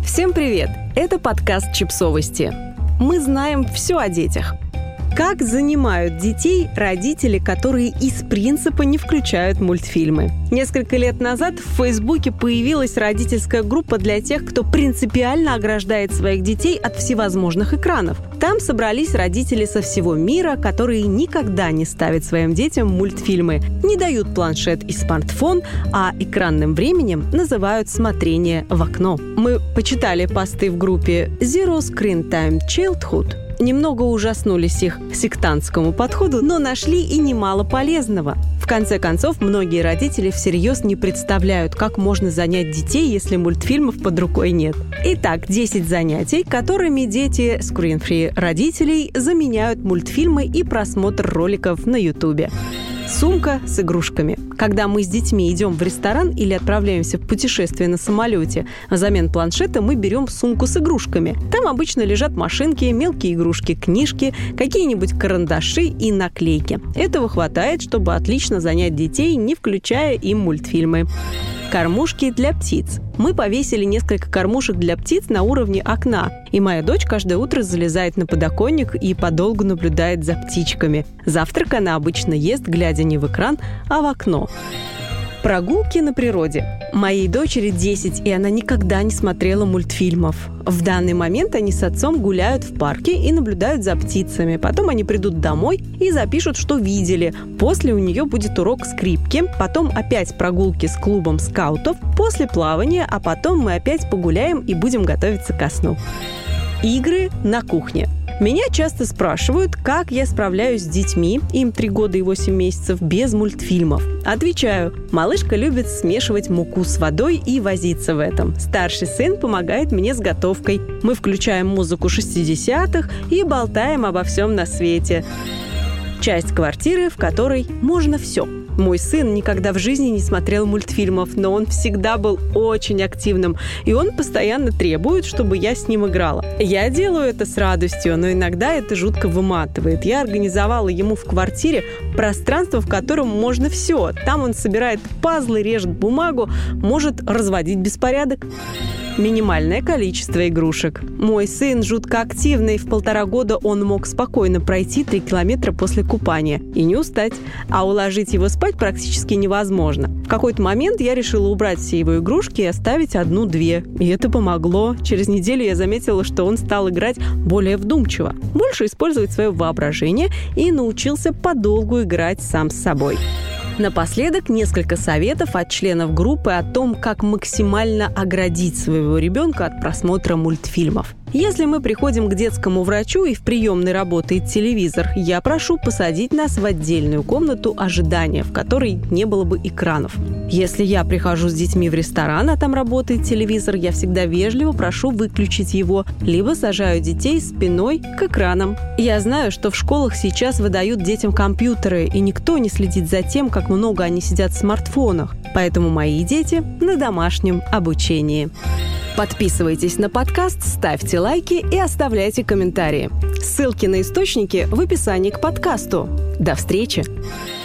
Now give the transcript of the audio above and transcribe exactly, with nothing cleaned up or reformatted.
Всем привет! Это подкаст «Чипсовости». Мы знаем все о детях. Как занимают детей родители, которые из принципа не включают мультфильмы? Несколько лет назад в Фейсбуке появилась родительская группа для тех, кто принципиально ограждает своих детей от всевозможных экранов. Там собрались родители со всего мира, которые никогда не ставят своим детям мультфильмы, не дают планшет и смартфон, а экранным временем называют смотрение в окно. Мы почитали посты в группе Zero Screen Time Childhood. Немного ужаснулись их сектантскому подходу, но нашли и немало полезного. В конце концов, многие родители всерьез не представляют, как можно занять детей, если мультфильмов под рукой нет. Итак, десять занятий, которыми дети screen-free родителей заменяют мультфильмы и просмотр роликов на Ютубе. Сумка с игрушками. Когда мы с детьми идем в ресторан или отправляемся в путешествие на самолете, взамен планшета мы берем сумку с игрушками. Там обычно лежат машинки, мелкие игрушки, книжки, какие-нибудь карандаши и наклейки. Этого хватает, чтобы отлично занять детей, не включая им мультфильмы. Кормушки для птиц. Мы повесили несколько кормушек для птиц на уровне окна, и моя дочь каждое утро залезает на подоконник и подолгу наблюдает за птичками. Завтрак она обычно ест, глядя не в экран, а в окно. Прогулки на природе. Моей дочери десять, и она никогда не смотрела мультфильмов. В данный момент они с отцом гуляют в парке и наблюдают за птицами. Потом они придут домой и запишут, что видели. После у нее будет урок скрипки, потом опять прогулки с клубом скаутов, после плавания, а потом мы опять погуляем и будем готовиться ко сну. Игры на кухне. Меня часто спрашивают, как я справляюсь с детьми, им три года и восемь месяцев, без мультфильмов. Отвечаю, малышка любит смешивать муку с водой и возиться в этом. Старший сын помогает мне с готовкой. Мы включаем музыку шестидесятых и болтаем обо всем на свете. Часть квартиры, в которой можно все. Мой сын никогда в жизни не смотрел мультфильмов, но он всегда был очень активным, и он постоянно требует, чтобы я с ним играла. Я делаю это с радостью, но иногда это жутко выматывает. Я организовала ему в квартире пространство, в котором можно все. Там он собирает пазлы, режет бумагу, может разводить беспорядок. Минимальное количество игрушек. Мой сын жутко активный, в полтора года он мог спокойно пройти три километра после купания и не устать, а уложить его спать практически невозможно. В какой-то момент я решила убрать все его игрушки и оставить одну-две. И это помогло. Через неделю я заметила, что он стал играть более вдумчиво, больше использовать свое воображение и научился подолгу играть сам с собой. Напоследок несколько советов от членов группы о том, как максимально оградить своего ребенка от просмотра мультфильмов. Если мы приходим к детскому врачу и в приемной работает телевизор, я прошу посадить нас в отдельную комнату ожидания, в которой не было бы экранов. Если я прихожу с детьми в ресторан, а там работает телевизор, я всегда вежливо прошу выключить его, либо сажаю детей спиной к экранам. Я знаю, что в школах сейчас выдают детям компьютеры, и никто не следит за тем, как много они сидят в смартфонах. Поэтому мои дети на домашнем обучении. Подписывайтесь на подкаст, ставьте лайки и оставляйте комментарии. Ссылки на источники в описании к подкасту. До встречи!